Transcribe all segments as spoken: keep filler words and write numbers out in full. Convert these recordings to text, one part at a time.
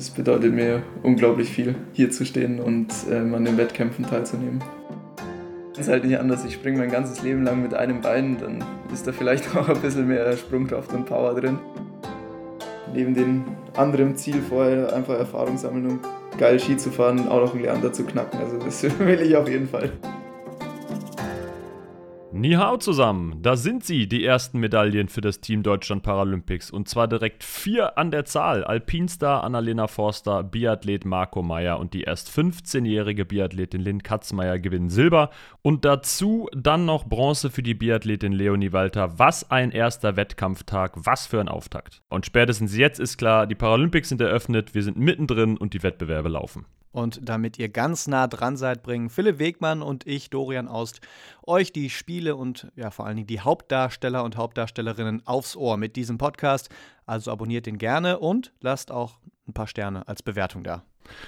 es bedeutet mir unglaublich viel, hier zu stehen und ähm, an den Wettkämpfen teilzunehmen. Es ist halt nicht anders, ich springe mein ganzes Leben lang mit einem Bein, dann ist da vielleicht auch ein bisschen mehr Sprungkraft und Power drin. Neben dem anderen Ziel vorher einfach Erfahrung sammeln und geil Ski zu fahren, auch noch ein Leander zu knacken, also das will ich auf jeden Fall. Ni hao zusammen, da sind sie, die ersten Medaillen für das Team Deutschland Paralympics. Und zwar direkt vier an der Zahl. Alpinstar Annalena Forster, Biathlet Marco Meyer und die erst fünfzehnjährige Biathletin Lynn Katzmeier gewinnen Silber. Und dazu dann noch Bronze für die Biathletin Leonie Walter. Was ein erster Wettkampftag, was für ein Auftakt. Und spätestens jetzt ist klar, die Paralympics sind eröffnet, wir sind mittendrin und die Wettbewerbe laufen. Und damit ihr ganz nah dran seid, bringen Philipp Wegmann und ich, Dorian Aust, euch die Spiele und ja vor allen Dingen die Hauptdarsteller und Hauptdarstellerinnen aufs Ohr mit diesem Podcast. Also abonniert den gerne und lasst auch ein paar Sterne als Bewertung da.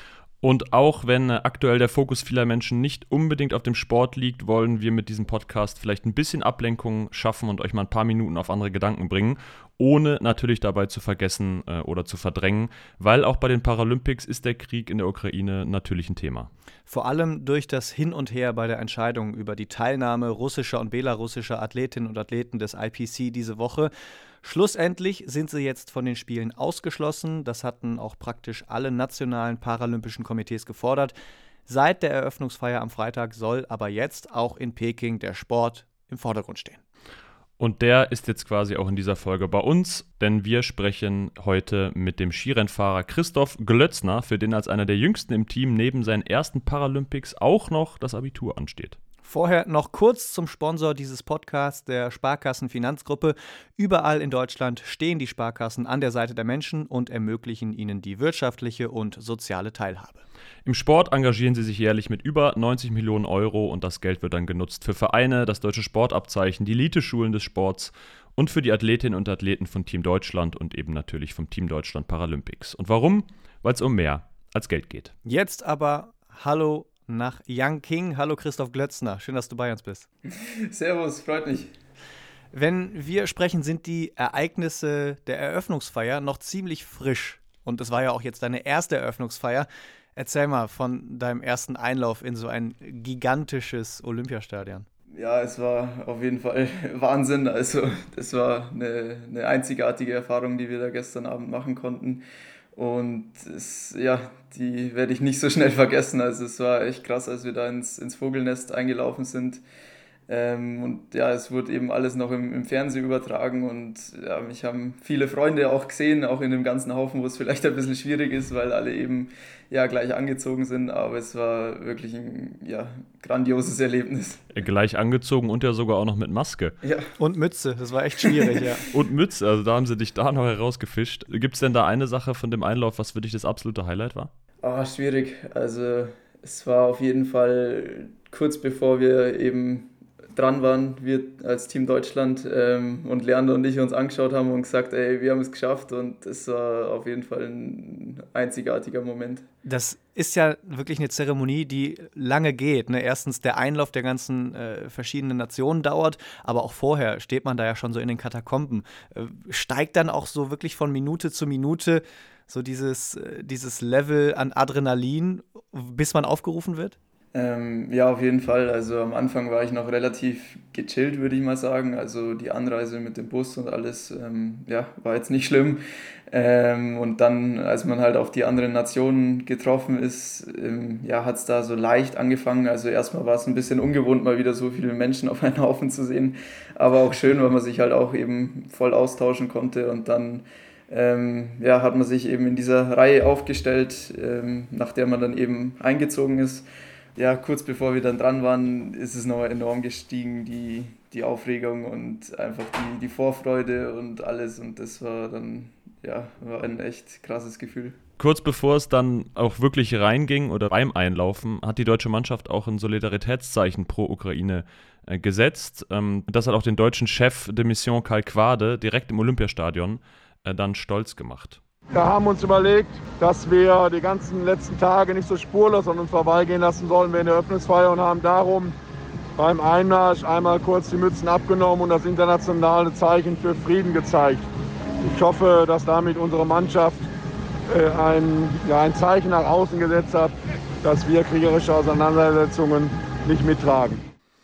Und auch wenn aktuell der Fokus vieler Menschen nicht unbedingt auf dem Sport liegt, wollen wir mit diesem Podcast vielleicht ein bisschen Ablenkung schaffen und euch mal ein paar Minuten auf andere Gedanken bringen, ohne natürlich dabei zu vergessen äh, oder zu verdrängen, weil auch bei den Paralympics ist der Krieg in der Ukraine natürlich ein Thema. Vor allem durch das Hin und Her bei der Entscheidung über die Teilnahme russischer und belarussischer Athletinnen und Athleten des I P C diese Woche. Schlussendlich sind sie jetzt von den Spielen ausgeschlossen. Das hatten auch praktisch alle nationalen paralympischen Komitees gefordert. Seit der Eröffnungsfeier am Freitag soll aber jetzt auch in Peking der Sport im Vordergrund stehen. Und der ist jetzt quasi auch in dieser Folge bei uns, denn wir sprechen heute mit dem Skirennfahrer Christoph Glötzner, für den als einer der jüngsten im Team neben seinen ersten Paralympics auch noch das Abitur ansteht. Vorher noch kurz zum Sponsor dieses Podcasts, der Sparkassen-Finanzgruppe. Überall in Deutschland stehen die Sparkassen an der Seite der Menschen und ermöglichen ihnen die wirtschaftliche und soziale Teilhabe. Im Sport engagieren sie sich jährlich mit über neunzig Millionen Euro und das Geld wird dann genutzt für Vereine, das deutsche Sportabzeichen, die Eliteschulen des Sports und für die Athletinnen und Athleten von Team Deutschland und eben natürlich vom Team Deutschland Paralympics. Und warum? Weil es um mehr als Geld geht. Jetzt aber hallo nach Yangqing. Hallo Christoph Glötzner, schön, dass du bei uns bist. Servus, freut mich. Wenn wir sprechen, sind die Ereignisse der Eröffnungsfeier noch ziemlich frisch. Und es war ja auch jetzt deine erste Eröffnungsfeier. Erzähl mal von deinem ersten Einlauf in so ein gigantisches Olympiastadion. Ja, es war auf jeden Fall Wahnsinn. Also das war eine, eine einzigartige Erfahrung, die wir da gestern Abend machen konnten. Und es, ja, die werde ich nicht so schnell vergessen. Also es war echt krass, als wir da ins, ins Vogelnest eingelaufen sind. Ähm, und ja, es wurde eben alles noch im, im Fernsehen übertragen und ja, mich haben viele Freunde auch gesehen, auch in dem ganzen Haufen, wo es vielleicht ein bisschen schwierig ist, weil alle eben ja gleich angezogen sind, aber es war wirklich ein ja, grandioses Erlebnis. Gleich angezogen und ja sogar auch noch mit Maske. Ja. Und Mütze, das war echt schwierig, ja. Und Mütze, also da haben sie dich da noch herausgefischt. Gibt es denn da eine Sache von dem Einlauf, was für dich das absolute Highlight war? Ah, schwierig, also es war auf jeden Fall kurz bevor wir eben dran waren, wir als Team Deutschland ähm, und Leander und ich uns angeschaut haben und gesagt, ey, wir haben es geschafft und es war auf jeden Fall ein einzigartiger Moment. Das ist ja wirklich eine Zeremonie, die lange geht. Ne? Erstens der Einlauf der ganzen äh, verschiedenen Nationen dauert, aber auch vorher steht man da ja schon so in den Katakomben. Äh, steigt dann auch so wirklich von Minute zu Minute so dieses, äh, dieses Level an Adrenalin, bis man aufgerufen wird? Ähm, ja, auf jeden Fall. Also am Anfang war ich noch relativ gechillt, würde ich mal sagen. Also die Anreise mit dem Bus und alles, ähm, ja, war jetzt nicht schlimm. Ähm, und dann, als man halt auf die anderen Nationen getroffen ist, ähm, ja, hat es da so leicht angefangen. Also erstmal war es ein bisschen ungewohnt, mal wieder so viele Menschen auf einen Haufen zu sehen. Aber auch schön, weil man sich halt auch eben voll austauschen konnte. Und dann ähm, ja, hat man sich eben in dieser Reihe aufgestellt, ähm, nach der man dann eben eingezogen ist. Ja, kurz bevor wir dann dran waren, ist es noch enorm gestiegen, die, die Aufregung und einfach die, die Vorfreude und alles. Und das war dann, ja, war ein echt krasses Gefühl. Kurz bevor es dann auch wirklich reinging oder beim Einlaufen, hat die deutsche Mannschaft auch ein Solidaritätszeichen pro Ukraine äh, gesetzt. Ähm, das hat auch den deutschen Chef de Mission Karl Quade direkt im Olympiastadion äh, dann stolz gemacht. Wir haben uns überlegt, dass wir die ganzen letzten Tage nicht so spurlos an uns vorbeigehen lassen sollen wie in der Eröffnungsfeier und haben darum beim Einmarsch einmal kurz die Mützen abgenommen und das internationale Zeichen für Frieden gezeigt. Ich hoffe, dass damit unsere Mannschaft äh, ein, ja, ein Zeichen nach außen gesetzt hat, dass wir kriegerische Auseinandersetzungen nicht mittragen.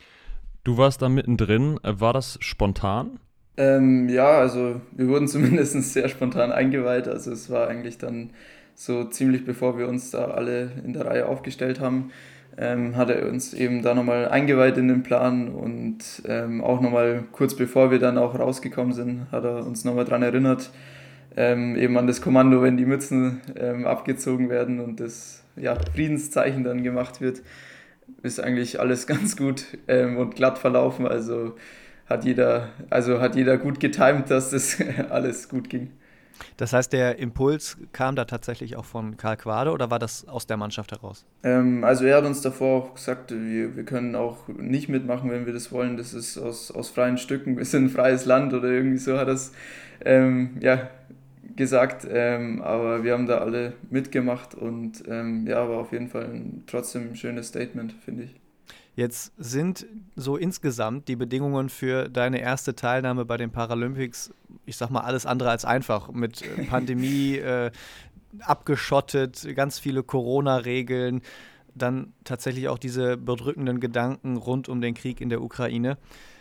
Du warst da mittendrin. War das spontan? Ähm, ja, also wir wurden zumindest sehr spontan eingeweiht. Also es war eigentlich dann so ziemlich bevor wir uns da alle in der Reihe aufgestellt haben, ähm, hat er uns eben da nochmal eingeweiht in den Plan und ähm, auch nochmal kurz bevor wir dann auch rausgekommen sind, hat er uns nochmal daran erinnert, ähm, eben an das Kommando, wenn die Mützen ähm, abgezogen werden und das ja, Friedenszeichen dann gemacht wird, ist eigentlich alles ganz gut ähm, und glatt verlaufen. Also hat jeder, also hat jeder gut getimt, dass das alles gut ging. Das heißt, der Impuls kam da tatsächlich auch von Karl Quade oder war das aus der Mannschaft heraus? Ähm, also er hat uns davor auch gesagt, wir, wir können auch nicht mitmachen, wenn wir das wollen. Das ist aus, aus freien Stücken, wir sind ein freies Land oder irgendwie so hat er es ähm, ja, gesagt. Ähm, aber wir haben da alle mitgemacht und ähm, ja, war auf jeden Fall ein, trotzdem ein schönes Statement, finde ich. Jetzt sind so insgesamt die Bedingungen für deine erste Teilnahme bei den Paralympics, ich sag mal, alles andere als einfach. Mit Pandemie äh, abgeschottet, ganz viele Corona-Regeln, dann tatsächlich auch diese bedrückenden Gedanken rund um den Krieg in der Ukraine.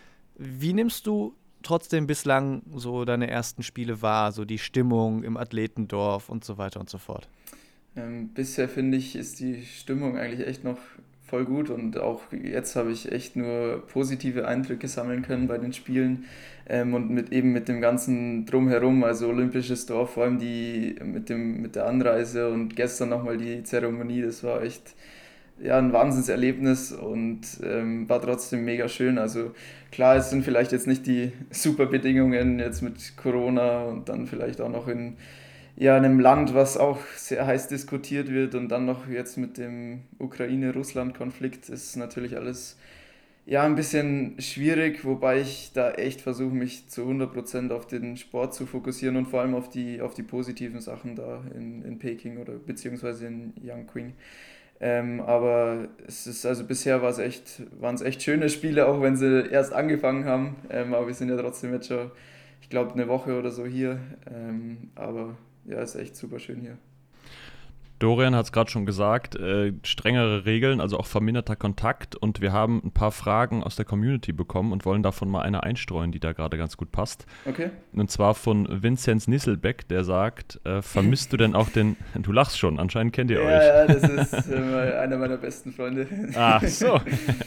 Wie nimmst du trotzdem bislang so deine ersten Spiele wahr, so die Stimmung im Athletendorf und so weiter und so fort? Ähm, bisher finde ich, ist die Stimmung eigentlich echt noch voll gut und auch jetzt habe ich echt nur positive Eindrücke sammeln können bei den Spielen ähm, und mit eben mit dem ganzen Drumherum, also Olympisches Dorf, vor allem die mit dem mit der Anreise und gestern nochmal die Zeremonie, das war echt ja, ein Wahnsinnserlebnis und ähm, war trotzdem mega schön. Also klar, es sind vielleicht jetzt nicht die super Bedingungen jetzt mit Corona und dann vielleicht auch noch in ja, in einem Land, was auch sehr heiß diskutiert wird und dann noch jetzt mit dem Ukraine-Russland-Konflikt ist natürlich alles ja, ein bisschen schwierig, wobei ich da echt versuche, mich zu hundert Prozent auf den Sport zu fokussieren und vor allem auf die, auf die positiven Sachen da in, in Peking oder beziehungsweise in Yangqing. Ähm, aber es ist also bisher war es echt, waren es echt schöne Spiele, auch wenn sie erst angefangen haben. Ähm, aber wir sind ja trotzdem jetzt schon, ich glaube, eine Woche oder so hier. Ähm, aber ja, ist echt super schön hier. Dorian hat es gerade schon gesagt, äh, strengere Regeln, also auch verminderter Kontakt und wir haben ein paar Fragen aus der Community bekommen und wollen davon mal eine einstreuen, die da gerade ganz gut passt. Okay. Und zwar von Vinzenz Nisselbeck, der sagt, äh, vermisst du denn auch den, du lachst schon, anscheinend kennt ihr ja, euch. Ja, das ist äh, einer meiner besten Freunde. Ach so.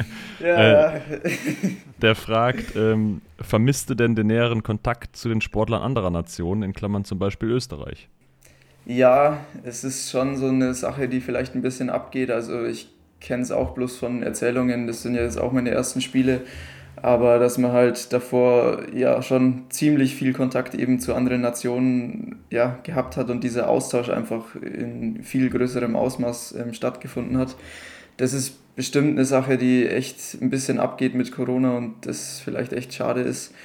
ja, äh, der fragt, ähm, vermisst du denn den näheren Kontakt zu den Sportlern anderer Nationen, in Klammern zum Beispiel Österreich? Ja, es ist schon so eine Sache, die vielleicht ein bisschen abgeht. Also ich kenne es auch bloß von Erzählungen, das sind ja jetzt auch meine ersten Spiele, aber dass man halt davor ja schon ziemlich viel Kontakt eben zu anderen Nationen ja, gehabt hat und dieser Austausch einfach in viel größerem Ausmaß ähm, stattgefunden hat. Das ist bestimmt eine Sache, die echt ein bisschen abgeht mit Corona und das vielleicht echt schade ist.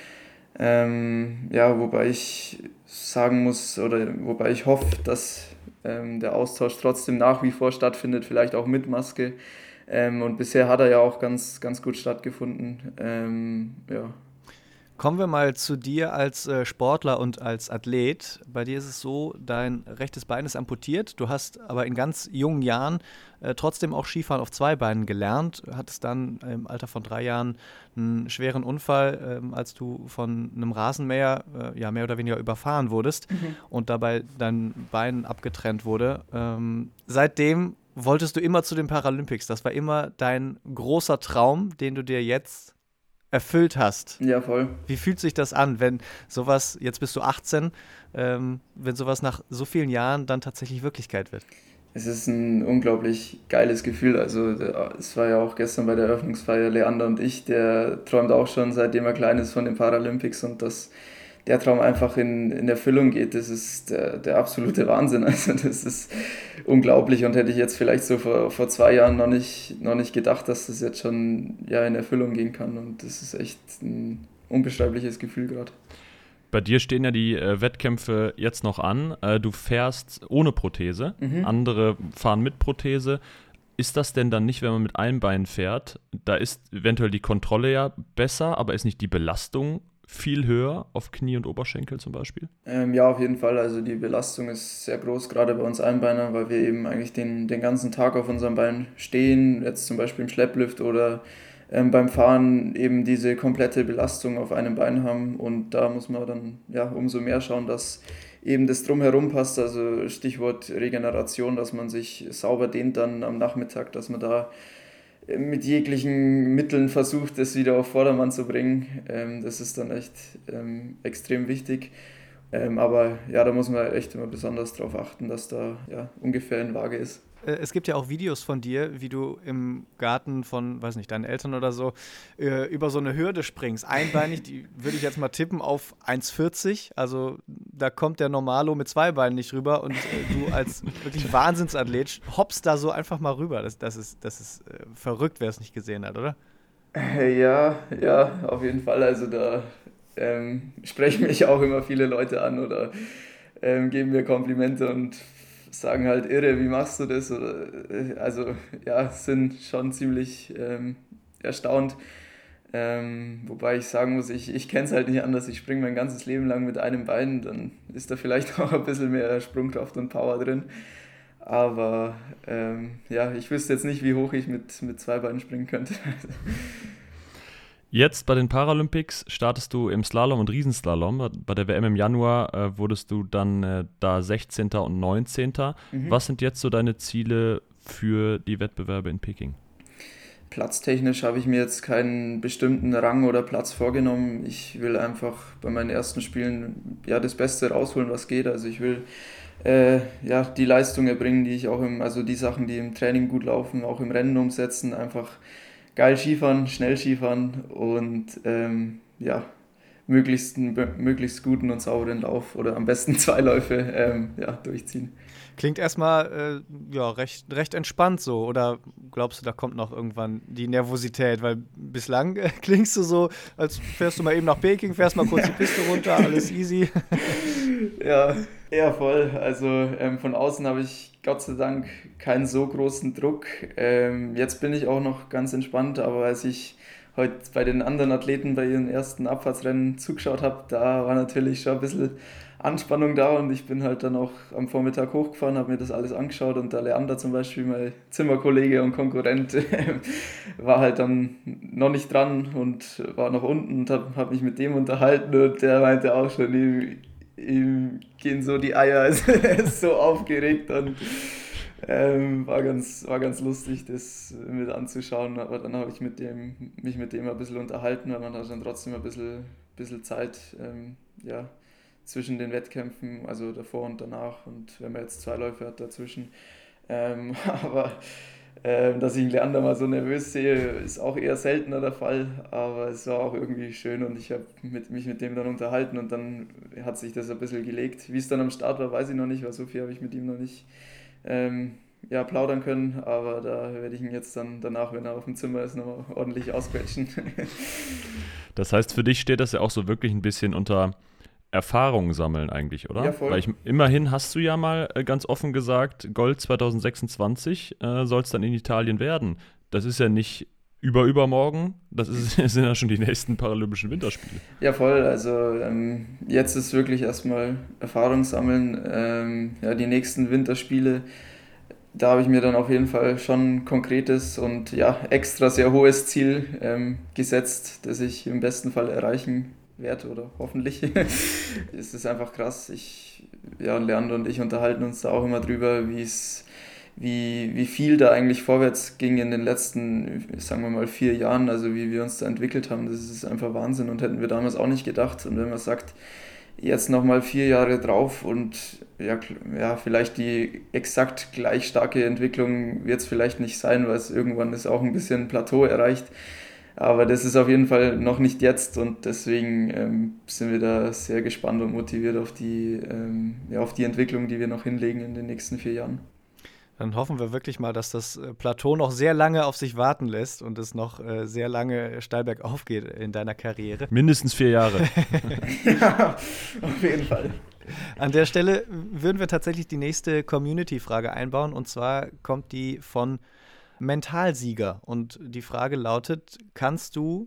Ähm, ja, wobei ich sagen muss oder wobei ich hoffe, dass ähm, der Austausch trotzdem nach wie vor stattfindet, vielleicht auch mit Maske. Ähm, und bisher hat er ja auch ganz, ganz gut stattgefunden. Ähm, ja. Kommen wir mal zu dir als äh, Sportler und als Athlet. Bei dir ist es so, dein rechtes Bein ist amputiert. Du hast aber in ganz jungen Jahren äh, trotzdem auch Skifahren auf zwei Beinen gelernt. Hattest dann im Alter von drei Jahren einen schweren Unfall, äh, als du von einem Rasenmäher äh, ja, mehr oder weniger überfahren wurdest mhm. und dabei dein Bein abgetrennt wurde. Ähm, seitdem wolltest du immer zu den Paralympics. Das war immer dein großer Traum, den du dir jetzt erfüllt hast. Ja, voll. Wie fühlt sich das an, wenn sowas, jetzt bist du achtzehn, ähm, wenn sowas nach so vielen Jahren dann tatsächlich Wirklichkeit wird? Es ist ein unglaublich geiles Gefühl. Also es war ja auch gestern bei der Eröffnungsfeier Leander und ich, der träumt auch schon, seitdem er klein ist, von den Paralympics und dass der Traum einfach in, in Erfüllung geht, das ist der, der absolute Wahnsinn. Also das ist unglaublich und hätte ich jetzt vielleicht so vor, vor zwei Jahren noch nicht, noch nicht gedacht, dass das jetzt schon ja, in Erfüllung gehen kann und das ist echt ein unbeschreibliches Gefühl gerade. Bei dir stehen ja die äh, Wettkämpfe jetzt noch an. Äh, du fährst ohne Prothese, mhm. andere fahren mit Prothese. Ist das denn dann nicht, wenn man mit einem Bein fährt, da ist eventuell die Kontrolle ja besser, aber ist nicht die Belastung viel höher auf Knie und Oberschenkel zum Beispiel? Ähm, ja, auf jeden Fall. Also die Belastung ist sehr groß, gerade bei uns Einbeiner, weil wir eben eigentlich den, den ganzen Tag auf unserem Bein stehen, jetzt zum Beispiel im Schlepplift oder ähm, beim Fahren eben diese komplette Belastung auf einem Bein haben. Und da muss man dann ja umso mehr schauen, dass eben das Drumherum passt. Also Stichwort Regeneration, dass man sich sauber dehnt dann am Nachmittag, dass man da mit jeglichen Mitteln versucht, das wieder auf Vordermann zu bringen. Ähm, das ist dann echt ähm, extrem wichtig. Ähm, aber ja, da muss man echt immer besonders darauf achten, dass da ja, ungefähr in Waage ist. Es gibt ja auch Videos von dir, wie du im Garten von, weiß nicht, deinen Eltern oder so, äh, über so eine Hürde springst. Einbeinig, die würde ich jetzt mal tippen auf eins vierzig. Also da kommt der Normalo mit zwei Beinen nicht rüber und äh, du als wirklich Wahnsinnsathlet hoppst da so einfach mal rüber. Das, das ist, das ist äh, verrückt, wer es nicht gesehen hat, oder? Ja, ja, auf jeden Fall. Also da ähm, sprechen mich auch immer viele Leute an oder ähm, geben mir Komplimente und sagen halt, irre, wie machst du das? Oder, also ja, sind schon ziemlich ähm, erstaunt. Ähm, wobei ich sagen muss, ich, ich kenne es halt nicht anders. Ich springe mein ganzes Leben lang mit einem Bein, dann ist da vielleicht auch ein bisschen mehr Sprungkraft und Power drin. Aber ähm, ja, ich wüsste jetzt nicht, wie hoch ich mit, mit zwei Beinen springen könnte. Jetzt bei den Paralympics startest du im Slalom und Riesenslalom. Bei der W M im Januar äh, wurdest du dann äh, da sechzehnter und neunzehnter Mhm. Was sind jetzt so deine Ziele für die Wettbewerbe in Peking? Platztechnisch habe ich mir jetzt keinen bestimmten Rang oder Platz vorgenommen. Ich will einfach bei meinen ersten Spielen ja, das Beste rausholen, was geht. Also ich will äh, ja, die Leistung erbringen, die ich auch im, also die Sachen, die im Training gut laufen, auch im Rennen umsetzen. Einfach geil Skifahren, schnell Skifahren und ähm, ja, möglichst, möglichst guten und sauberen Lauf oder am besten zwei Läufe ähm, ja, durchziehen. Klingt erstmal äh, ja, recht, recht entspannt so, oder glaubst du, da kommt noch irgendwann die Nervosität? Weil bislang äh, klingst du so, als fährst du mal eben nach Peking, fährst mal kurz die Piste runter, alles easy. Ja, ja, voll. Also ähm, von außen habe ich Gott sei Dank keinen so großen Druck. Ähm, jetzt bin ich auch noch ganz entspannt, aber als ich heute bei den anderen Athleten bei ihren ersten Abfahrtsrennen zugeschaut habe, da war natürlich schon ein bisschen Anspannung da und ich bin halt dann auch am Vormittag hochgefahren, habe mir das alles angeschaut und der Leander zum Beispiel, mein Zimmerkollege und Konkurrent, war halt dann noch nicht dran und war noch unten und habe hab mich mit dem unterhalten und der meinte auch schon, ihm, ihm gehen so die Eier, also er ist so aufgeregt und ähm, war, ganz, war ganz lustig, das mit anzuschauen, aber dann habe ich mit dem, mich mit dem ein bisschen unterhalten, weil man hat dann trotzdem ein bisschen, bisschen Zeit, ähm, ja, zwischen den Wettkämpfen, also davor und danach und wenn man jetzt zwei Läufe hat dazwischen. Ähm, aber ähm, dass ich einen Leander mal so nervös sehe, ist auch eher seltener der Fall, aber es war auch irgendwie schön und ich habe mit, mich mit dem dann unterhalten und dann hat sich das ein bisschen gelegt. Wie es dann am Start war, weiß ich noch nicht, weil so viel habe ich mit ihm noch nicht ähm, ja, plaudern können, aber da werde ich ihn jetzt dann danach, wenn er auf dem Zimmer ist, nochmal ordentlich ausquetschen. Das heißt, für dich steht das ja auch so wirklich ein bisschen unter Erfahrungen sammeln eigentlich, oder? Ja, voll. Weil ich, immerhin hast du ja mal äh, ganz offen gesagt, Gold zwanzig sechsundzwanzig äh, soll es dann in Italien werden. Das ist ja nicht über übermorgen, das, ist, das sind ja schon die nächsten Paralympischen Winterspiele. Ja, voll. Also ähm, jetzt ist wirklich erstmal Erfahrung sammeln. Ähm, ja, die nächsten Winterspiele, da habe ich mir dann auf jeden Fall schon ein konkretes und ja, extra sehr hohes Ziel ähm, gesetzt, das ich im besten Fall erreichen werde oder hoffentlich. Es ist einfach krass. Ich, ja, Leander und ich unterhalten uns da auch immer drüber, wie es wie, wie viel da eigentlich vorwärts ging in den letzten, sagen wir mal, vier Jahren, also wie wir uns da entwickelt haben. Das ist einfach Wahnsinn und hätten wir damals auch nicht gedacht. Und wenn man sagt, jetzt nochmal vier Jahre drauf und ja, ja, vielleicht die exakt gleich starke Entwicklung wird es vielleicht nicht sein, weil es irgendwann ist auch ein bisschen ein Plateau erreicht. Aber das ist auf jeden Fall noch nicht jetzt und deswegen ähm, sind wir da sehr gespannt und motiviert auf die, ähm, ja, auf die Entwicklung, die wir noch hinlegen in den nächsten vier Jahren. Dann hoffen wir wirklich mal, dass das Plateau noch sehr lange auf sich warten lässt und es noch äh, sehr lange steil bergauf geht in deiner Karriere. Mindestens vier Jahre. Ja, auf jeden Fall. An der Stelle würden wir tatsächlich die nächste Community-Frage einbauen und zwar kommt die von Mentalsieger und die Frage lautet, kannst du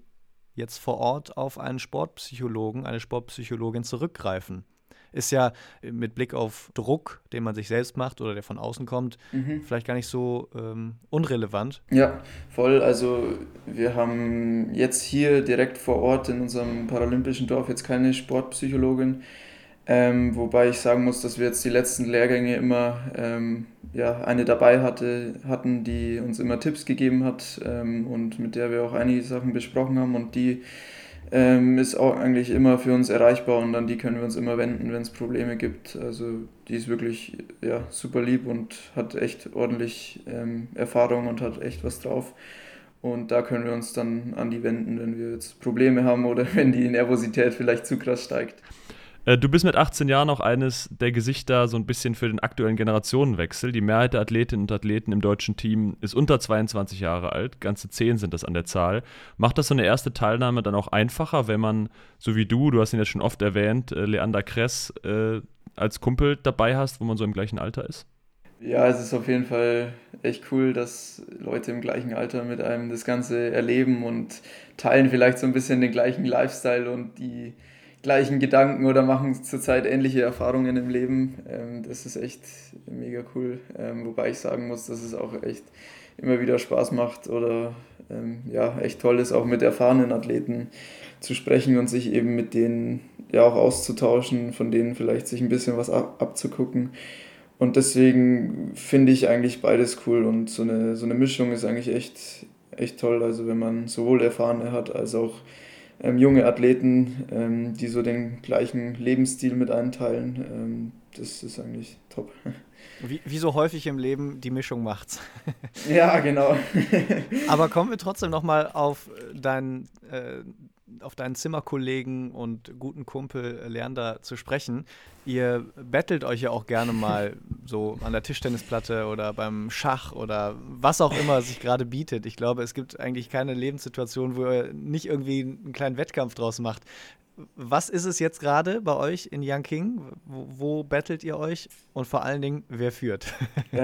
jetzt vor Ort auf einen Sportpsychologen, eine Sportpsychologin zurückgreifen? Ist ja mit Blick auf Druck, den man sich selbst macht oder der von außen kommt, mhm. vielleicht gar nicht so ähm, unrelevant. Ja, voll. Also wir haben jetzt hier direkt vor Ort in unserem paralympischen Dorf jetzt keine Sportpsychologin, ähm, wobei ich sagen muss, dass wir jetzt die letzten Lehrgänge immer ähm, ja, eine dabei hatte, hatten, die uns immer Tipps gegeben hat ähm, und mit der wir auch einige Sachen besprochen haben, und die Ähm, ist auch eigentlich immer für uns erreichbar, und an die können wir uns immer wenden, wenn es Probleme gibt. Also die ist wirklich ja, super lieb und hat echt ordentlich ähm, Erfahrung und hat echt was drauf. Und da können wir uns dann an die wenden, wenn wir jetzt Probleme haben oder wenn die Nervosität vielleicht zu krass steigt. Du bist mit achtzehn Jahren auch eines der Gesichter so ein bisschen für den aktuellen Generationenwechsel. Die Mehrheit der Athletinnen und Athleten im deutschen Team ist unter zweiundzwanzig Jahre alt. Ganze zehn sind das an der Zahl. Macht das so eine erste Teilnahme dann auch einfacher, wenn man, so wie du, du hast ihn ja schon oft erwähnt, Leander Kress äh, als Kumpel dabei hast, wo man so im gleichen Alter ist? Ja, es ist auf jeden Fall echt cool, dass Leute im gleichen Alter mit einem das Ganze erleben und teilen vielleicht so ein bisschen den gleichen Lifestyle und die gleichen Gedanken oder machen zurzeit ähnliche Erfahrungen im Leben. Ähm, das ist echt mega cool. Ähm, wobei ich sagen muss, dass es auch echt immer wieder Spaß macht oder ähm, ja, echt toll ist, auch mit erfahrenen Athleten zu sprechen und sich eben mit denen ja auch auszutauschen, von denen vielleicht sich ein bisschen was ab- abzugucken. Und deswegen finde ich eigentlich beides cool, und so eine, so eine Mischung ist eigentlich echt, echt toll. Also wenn man sowohl Erfahrene hat als auch Ähm, junge Athleten, ähm, die so den gleichen Lebensstil mit einteilen, ähm, das ist eigentlich top. Wie, wie so häufig im Leben, die Mischung macht's. Ja, genau. Aber kommen wir trotzdem nochmal auf deinen, äh, auf deinen Zimmerkollegen und guten Kumpel Leander zu sprechen. Ihr battelt euch ja auch gerne mal so an der Tischtennisplatte oder beim Schach oder was auch immer sich gerade bietet. Ich glaube, es gibt eigentlich keine Lebenssituation, wo ihr nicht irgendwie einen kleinen Wettkampf draus macht. Was ist es jetzt gerade bei euch in Yanqing? Wo, wo battelt ihr euch? Und vor allen Dingen, wer führt?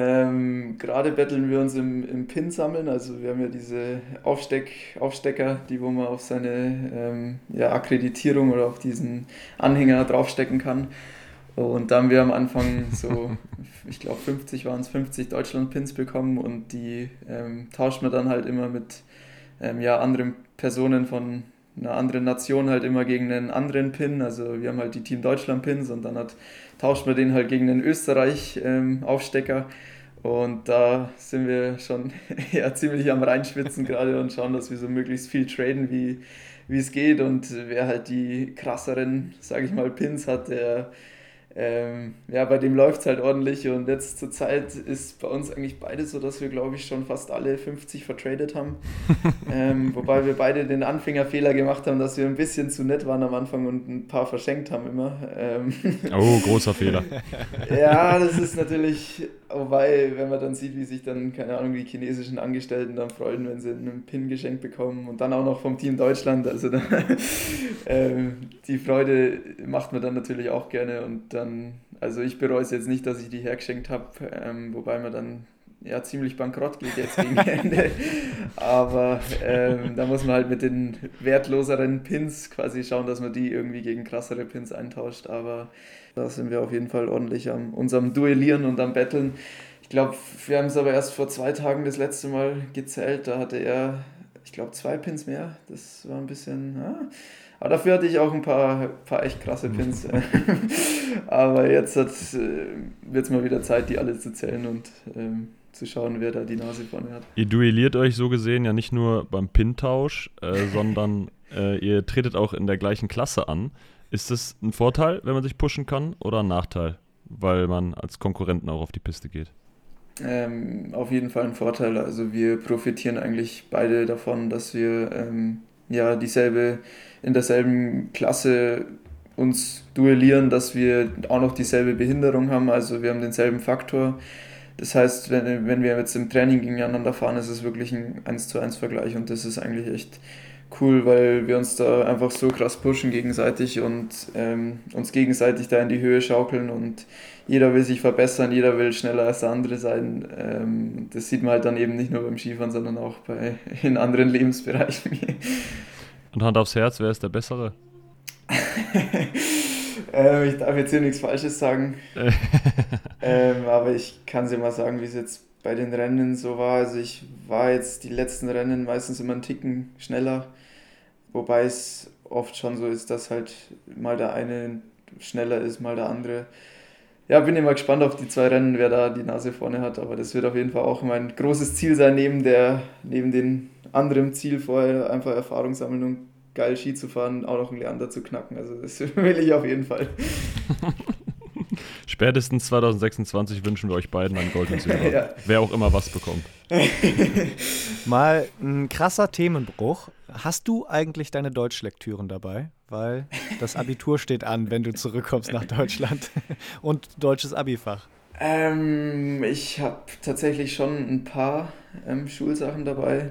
Ähm, gerade betteln wir uns im, im Pin sammeln. Also wir haben ja diese Aufsteck, Aufstecker, die wo man auf seine ähm, ja, Akkreditierung oder auf diesen Anhänger draufstecken kann. Und da haben wir am Anfang so, ich glaube fünfzig waren es, fünfzig Deutschland-Pins bekommen, und die ähm, tauscht man dann halt immer mit ähm, ja, anderen Personen von einer anderen Nation halt immer gegen einen anderen Pin. Also wir haben halt die Team Deutschland Pins, und dann hat, tauscht man den halt gegen einen Österreich ähm, Aufstecker, und da sind wir schon ja, ziemlich am Reinschwitzen gerade und schauen, dass wir so möglichst viel traden, wie, wie es geht, und wer halt die krasseren, sage ich mal, Pins hat, der Ähm, ja, bei dem läuft es halt ordentlich, und jetzt zur Zeit ist bei uns eigentlich beides so, dass wir, glaube ich, schon fast alle fünfzig vertradet haben. ähm, wobei wir beide den Anfängerfehler gemacht haben, dass wir ein bisschen zu nett waren am Anfang und ein paar verschenkt haben immer. Ähm, oh, großer Fehler. Ja, das ist natürlich, wobei, wenn man dann sieht, wie sich dann, keine Ahnung, die chinesischen Angestellten dann freuen, wenn sie einen Pin geschenkt bekommen, und dann auch noch vom Team Deutschland, also da, ähm, die Freude macht man dann natürlich auch gerne, und dann also ich bereue es jetzt nicht, dass ich die hergeschenkt habe, ähm, wobei man dann ja ziemlich bankrott geht jetzt gegen Ende. Aber ähm, da muss man halt mit den wertloseren Pins quasi schauen, dass man die irgendwie gegen krassere Pins eintauscht. Aber da sind wir auf jeden Fall ordentlich am unserem Duellieren und am Betteln. Ich glaube, wir haben es aber erst vor zwei Tagen das letzte Mal gezählt. Da hatte er, ich glaube, zwei Pins mehr. Das war ein bisschen... Ja. Aber dafür hatte ich auch ein paar, paar echt krasse Pins. Aber jetzt äh, wird es mal wieder Zeit, die alle zu zählen und ähm, zu schauen, wer da die Nase vorne hat. Ihr duelliert euch so gesehen ja nicht nur beim Pin-Tausch, äh, sondern äh, ihr tretet auch in der gleichen Klasse an. Ist das ein Vorteil, wenn man sich pushen kann, oder ein Nachteil, weil man als Konkurrenten auch auf die Piste geht? Ähm, auf jeden Fall ein Vorteil. Also wir profitieren eigentlich beide davon, dass wir ähm, ja dieselbe in derselben Klasse uns duellieren, dass wir auch noch dieselbe Behinderung haben, also wir haben denselben Faktor. Das heißt, wenn, wenn wir jetzt im Training gegeneinander fahren, ist es wirklich ein eins zu eins Vergleich, und das ist eigentlich echt cool, weil wir uns da einfach so krass pushen gegenseitig und ähm, uns gegenseitig da in die Höhe schaukeln, und jeder will sich verbessern, jeder will schneller als der andere sein. Ähm, das sieht man halt dann eben nicht nur beim Skifahren, sondern auch bei, in anderen Lebensbereichen. Und Hand aufs Herz, wer ist der Bessere? ähm, ich darf jetzt hier nichts Falsches sagen. ähm, aber ich kann dir mal sagen, wie es jetzt bei den Rennen so war. Also ich war jetzt die letzten Rennen meistens immer einen Ticken schneller. Wobei es oft schon so ist, dass halt mal der eine schneller ist, mal der andere. Ja, bin immer gespannt auf die zwei Rennen, wer da die Nase vorne hat. Aber das wird auf jeden Fall auch mein großes Ziel sein, neben, der, neben den anderen Ziel vorher einfach Erfahrung sammeln und geil Ski zu fahren, auch noch einen Leander zu knacken. Also das will ich auf jeden Fall. Spätestens zwanzig sechsundzwanzig wünschen wir euch beiden einen Gold und Silber. Ja. Wer auch immer was bekommt. Mal ein krasser Themenbruch. Hast du eigentlich deine Deutschlektüren dabei? Weil das Abitur steht an, wenn du zurückkommst nach Deutschland. Und deutsches Abifach. Ähm, ich habe tatsächlich schon ein paar ähm, Schulsachen dabei.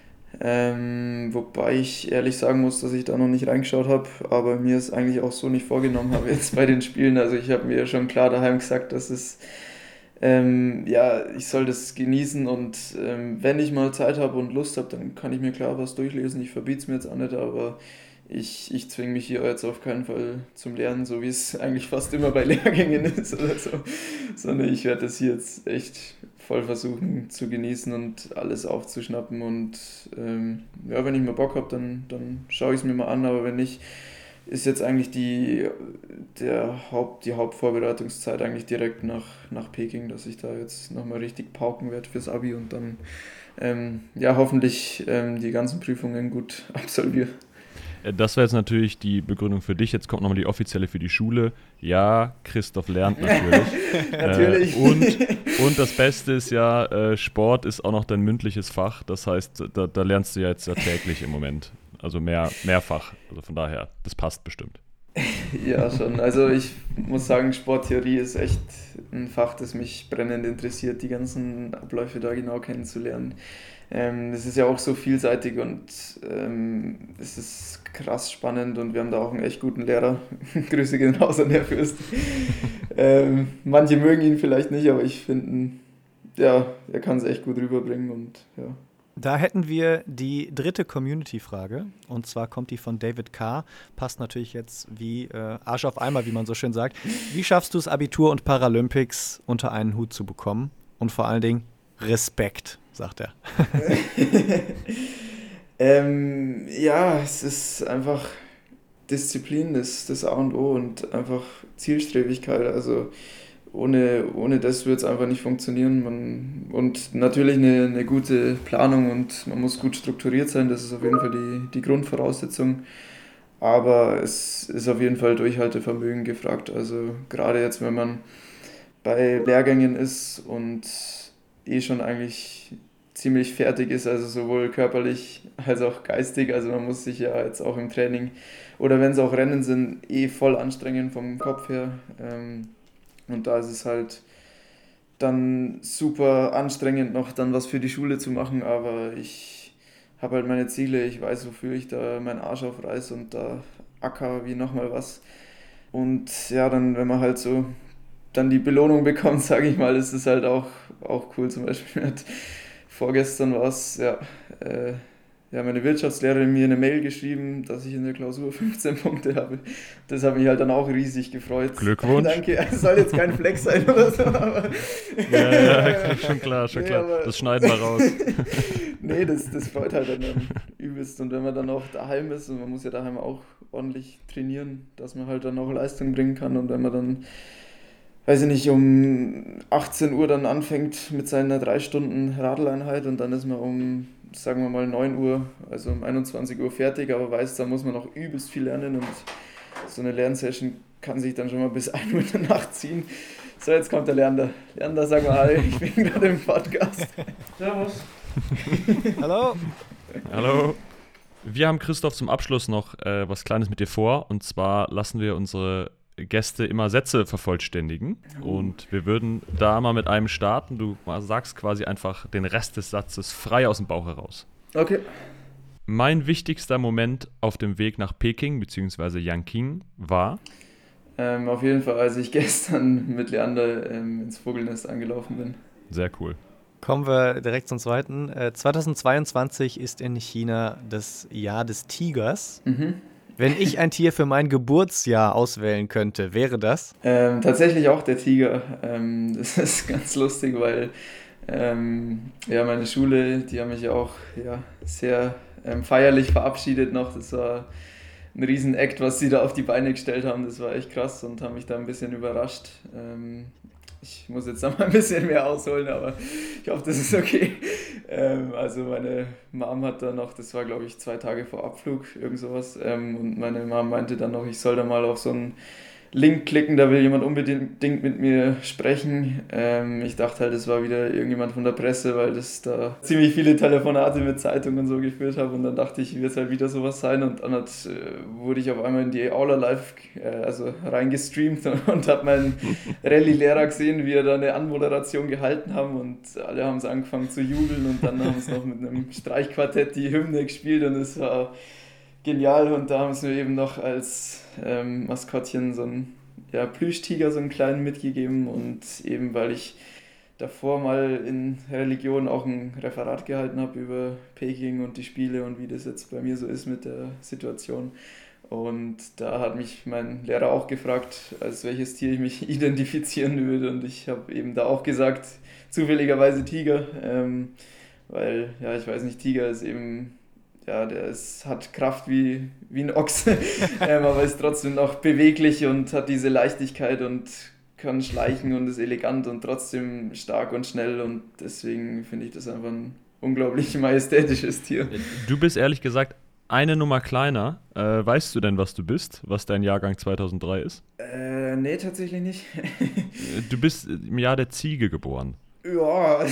Ähm, wobei ich ehrlich sagen muss, dass ich da noch nicht reingeschaut habe, aber mir es eigentlich auch so nicht vorgenommen habe jetzt bei den Spielen. Also ich habe mir schon klar daheim gesagt, dass es ähm, ja, ich soll das genießen und ähm, wenn ich mal Zeit habe und Lust habe, dann kann ich mir klar was durchlesen. Ich verbiete es mir jetzt auch nicht, aber ich, ich zwinge mich hier jetzt auf keinen Fall zum Lernen, so wie es eigentlich fast immer bei Lehrgängen ist oder so, sondern ich werde das hier jetzt echt voll versuchen zu genießen und alles aufzuschnappen und ähm, ja, wenn ich mal Bock habe, dann, dann schaue ich es mir mal an, aber wenn nicht, ist jetzt eigentlich die, der Haupt, die Hauptvorbereitungszeit eigentlich direkt nach, nach Peking, dass ich da jetzt nochmal richtig pauken werde fürs Abi und dann ähm, ja hoffentlich ähm, die ganzen Prüfungen gut absolviere. Das wäre jetzt natürlich die Begründung für dich. Jetzt kommt nochmal die offizielle für die Schule. Ja, Christoph lernt natürlich. natürlich. Äh, und, und das Beste ist ja, äh, Sport ist auch noch dein mündliches Fach. Das heißt, da, da lernst du ja jetzt ja täglich im Moment. Also mehr, mehrfach. Also von daher, das passt bestimmt. Ja, schon. Also ich muss sagen, Sporttheorie ist echt ein Fach, das mich brennend interessiert, die ganzen Abläufe da genau kennenzulernen. Ähm, das ist ja auch so vielseitig und ähm, es ist krass spannend und wir haben da auch einen echt guten Lehrer. Grüße gehen raus an Herr Fürst. ähm, manche mögen ihn vielleicht nicht, aber ich finde, ja, er kann es echt gut rüberbringen und ja. Da hätten wir die dritte Community-Frage und zwar kommt die von David K. Passt natürlich jetzt wie äh, Arsch auf Eimer, wie man so schön sagt. Wie schaffst du es, Abitur und Paralympics unter einen Hut zu bekommen? Und vor allen Dingen Respekt, sagt er. ähm, ja, es ist einfach Disziplin, das, das A und O und einfach Zielstrebigkeit. Also ohne, ohne das wird es einfach nicht funktionieren. Man, und natürlich eine, eine gute Planung und man muss gut strukturiert sein, das ist auf jeden Fall die, die Grundvoraussetzung. Aber es ist auf jeden Fall Durchhaltevermögen gefragt. Also gerade jetzt, wenn man bei Lehrgängen ist und eh schon eigentlich ziemlich fertig ist, also sowohl körperlich als auch geistig. Also man muss sich ja jetzt auch im Training oder wenn es auch Rennen sind, eh voll anstrengen vom Kopf her. Und da ist es halt dann super anstrengend noch dann was für die Schule zu machen, aber ich habe halt meine Ziele, ich weiß, wofür ich da meinen Arsch aufreiß und da acker wie nochmal was. Und ja, dann, wenn man halt so dann die Belohnung bekommt, sage ich mal, ist es halt auch, auch cool. Zum Beispiel hat vorgestern war es, ja, äh, ja, meine Wirtschaftslehrerin mir eine Mail geschrieben, dass ich in der Klausur fünfzehn Punkte habe. Das hat mich halt dann auch riesig gefreut. Glückwunsch. Danke, es soll jetzt kein Flex sein oder so, aber... Ja, ja, schon klar, schon klar. Nee, das schneiden wir raus. Nee, das, das freut halt dann übelst. Und wenn man dann auch daheim ist, und man muss ja daheim auch ordentlich trainieren, dass man halt dann auch Leistung bringen kann. Und wenn man dann, weiß ich nicht, um achtzehn Uhr dann anfängt mit seiner drei Stunden Radleinheit und dann ist man um, sagen wir mal, neun Uhr, also um einundzwanzig Uhr fertig, aber weiß, da muss man noch übelst viel lernen und so eine Lernsession kann sich dann schon mal bis ein Uhr in der Nacht ziehen. So, jetzt kommt der Lerner. Lerner, sag mal hi, ich bin gerade im Podcast. Servus. Hallo. Hallo. Wir haben, Christoph, zum Abschluss noch äh, was Kleines mit dir vor. Und zwar lassen wir unsere Gäste immer Sätze vervollständigen. Und wir würden da mal mit einem starten. Du sagst quasi einfach den Rest des Satzes frei aus dem Bauch heraus. Okay. Mein wichtigster Moment auf dem Weg nach Peking bzw. Yanqing war? Ähm, auf jeden Fall, als ich gestern mit Leander ähm, ins Vogelnest angelaufen bin. Sehr cool. Kommen wir direkt zum zweiten. Äh, zweitausendzweiundzwanzig ist in China das Jahr des Tigers. Mhm. Wenn ich ein Tier für mein Geburtsjahr auswählen könnte, wäre das? Ähm, tatsächlich auch der Tiger. Ähm, das ist ganz lustig, weil ähm, ja, meine Schule, die haben mich auch ja, sehr ähm, feierlich verabschiedet noch. Das war ein Riesen-Act, was sie da auf die Beine gestellt haben. Das war echt krass und haben mich da ein bisschen überrascht. Ähm, ich muss jetzt da mal ein bisschen mehr ausholen, aber ich hoffe, das ist okay. Ähm, also meine Mom hat dann noch, das war glaube ich zwei Tage vor Abflug, irgend sowas, ähm, und meine Mom meinte dann noch, ich soll da mal auf so einen Link klicken, da will jemand unbedingt mit mir sprechen. Ähm, ich dachte halt, es war wieder irgendjemand von der Presse, weil das da ziemlich viele Telefonate mit Zeitungen und so geführt habe und dann dachte ich, wird es halt wieder sowas sein und dann hat, äh, wurde ich auf einmal in die Aula live äh, also reingestreamt und, und habe meinen Rallye-Lehrer gesehen, wie er da eine Anmoderation gehalten haben und alle haben es angefangen zu jubeln und dann haben sie noch mit einem Streichquartett die Hymne gespielt und es war genial und da haben sie mir eben noch als ähm, Maskottchen so einen ja, Plüschtiger, so einen kleinen mitgegeben und eben weil ich davor mal in Religion auch ein Referat gehalten habe über Peking und die Spiele und wie das jetzt bei mir so ist mit der Situation und da hat mich mein Lehrer auch gefragt, als welches Tier ich mich identifizieren würde und ich habe eben da auch gesagt, zufälligerweise Tiger, ähm, weil ja ich weiß nicht, Tiger ist eben ja, der ist, hat Kraft wie, wie ein Ochse, ähm, aber ist trotzdem noch beweglich und hat diese Leichtigkeit und kann schleichen und ist elegant und trotzdem stark und schnell und deswegen finde ich das einfach ein unglaublich majestätisches Tier. Du bist ehrlich gesagt eine Nummer kleiner. Äh, weißt du denn, was du bist, was dein Jahrgang zweitausenddrei ist? Äh, nee, tatsächlich nicht. Du bist im Jahr der Ziege geboren. Ja.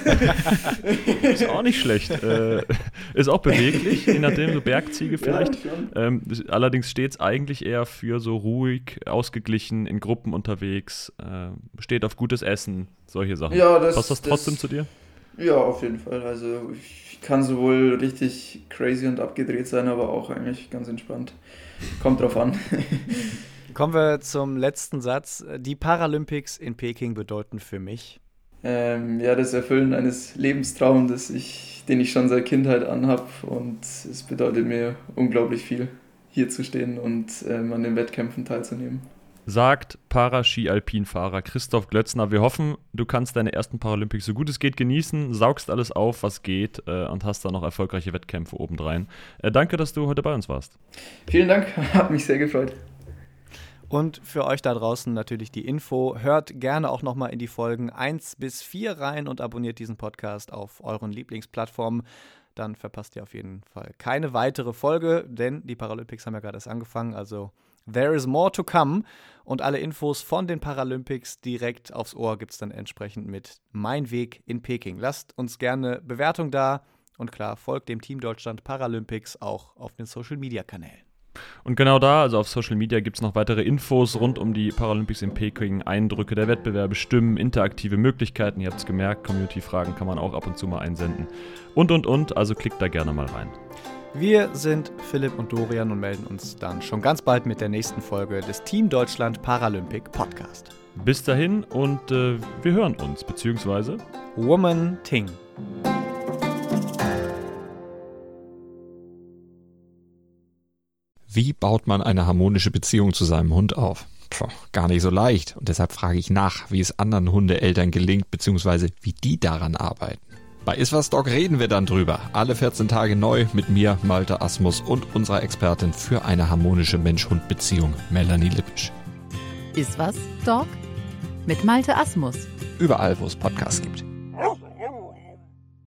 Ist auch nicht schlecht. Äh, ist auch beweglich, je nachdem, so Bergziege vielleicht. Ja, ähm, allerdings steht es eigentlich eher für so ruhig, ausgeglichen, in Gruppen unterwegs, äh, steht auf gutes Essen, solche Sachen. Ja, das, Passt das trotzdem das, zu dir? Ja, auf jeden Fall. Also ich kann sowohl richtig crazy und abgedreht sein, aber auch eigentlich ganz entspannt. Kommt drauf an. Kommen wir zum letzten Satz. Die Paralympics in Peking bedeuten für mich... Ähm, ja, das Erfüllen eines Lebenstraums, das ich, den ich schon seit Kindheit anhab und es bedeutet mir unglaublich viel, hier zu stehen und ähm, an den Wettkämpfen teilzunehmen. Sagt Paraski-Alpin-Fahrer Christoph Glötzner. Wir hoffen, du kannst deine ersten Paralympics so gut es geht genießen, saugst alles auf, was geht äh, und hast dann noch erfolgreiche Wettkämpfe obendrein. Äh, danke, dass du heute bei uns warst. Vielen Dank, hat mich sehr gefreut. Und für euch da draußen natürlich die Info. Hört gerne auch nochmal in die Folgen eins bis vier rein und abonniert diesen Podcast auf euren Lieblingsplattformen. Dann verpasst ihr auf jeden Fall keine weitere Folge, denn die Paralympics haben ja gerade erst angefangen, also there is more to come. Und alle Infos von den Paralympics direkt aufs Ohr gibt es dann entsprechend mit Mein Weg in Peking. Lasst uns gerne Bewertung da und klar, folgt dem Team Deutschland Paralympics auch auf den Social-Media-Kanälen. Und genau da, also auf Social Media, gibt es noch weitere Infos rund um die Paralympics in Peking, Eindrücke der Wettbewerbe, Stimmen, interaktive Möglichkeiten. Ihr habt es gemerkt, Community-Fragen kann man auch ab und zu mal einsenden. Und, und, und, also klickt da gerne mal rein. Wir sind Philipp und Dorian und melden uns dann schon ganz bald mit der nächsten Folge des Team Deutschland Paralympic Podcast. Bis dahin und äh, wir hören uns, beziehungsweise Woman Ting. Wie baut man eine harmonische Beziehung zu seinem Hund auf? Puh, gar nicht so leicht. Und deshalb frage ich nach, wie es anderen Hundeeltern gelingt, beziehungsweise wie die daran arbeiten. Bei Iswas Dog reden wir dann drüber. Alle vierzehn Tage neu mit mir, Malte Asmus und unserer Expertin für eine harmonische Mensch-Hund-Beziehung, Melanie Lippisch. Iswas Dog mit Malte Asmus. Überall, wo es Podcasts gibt.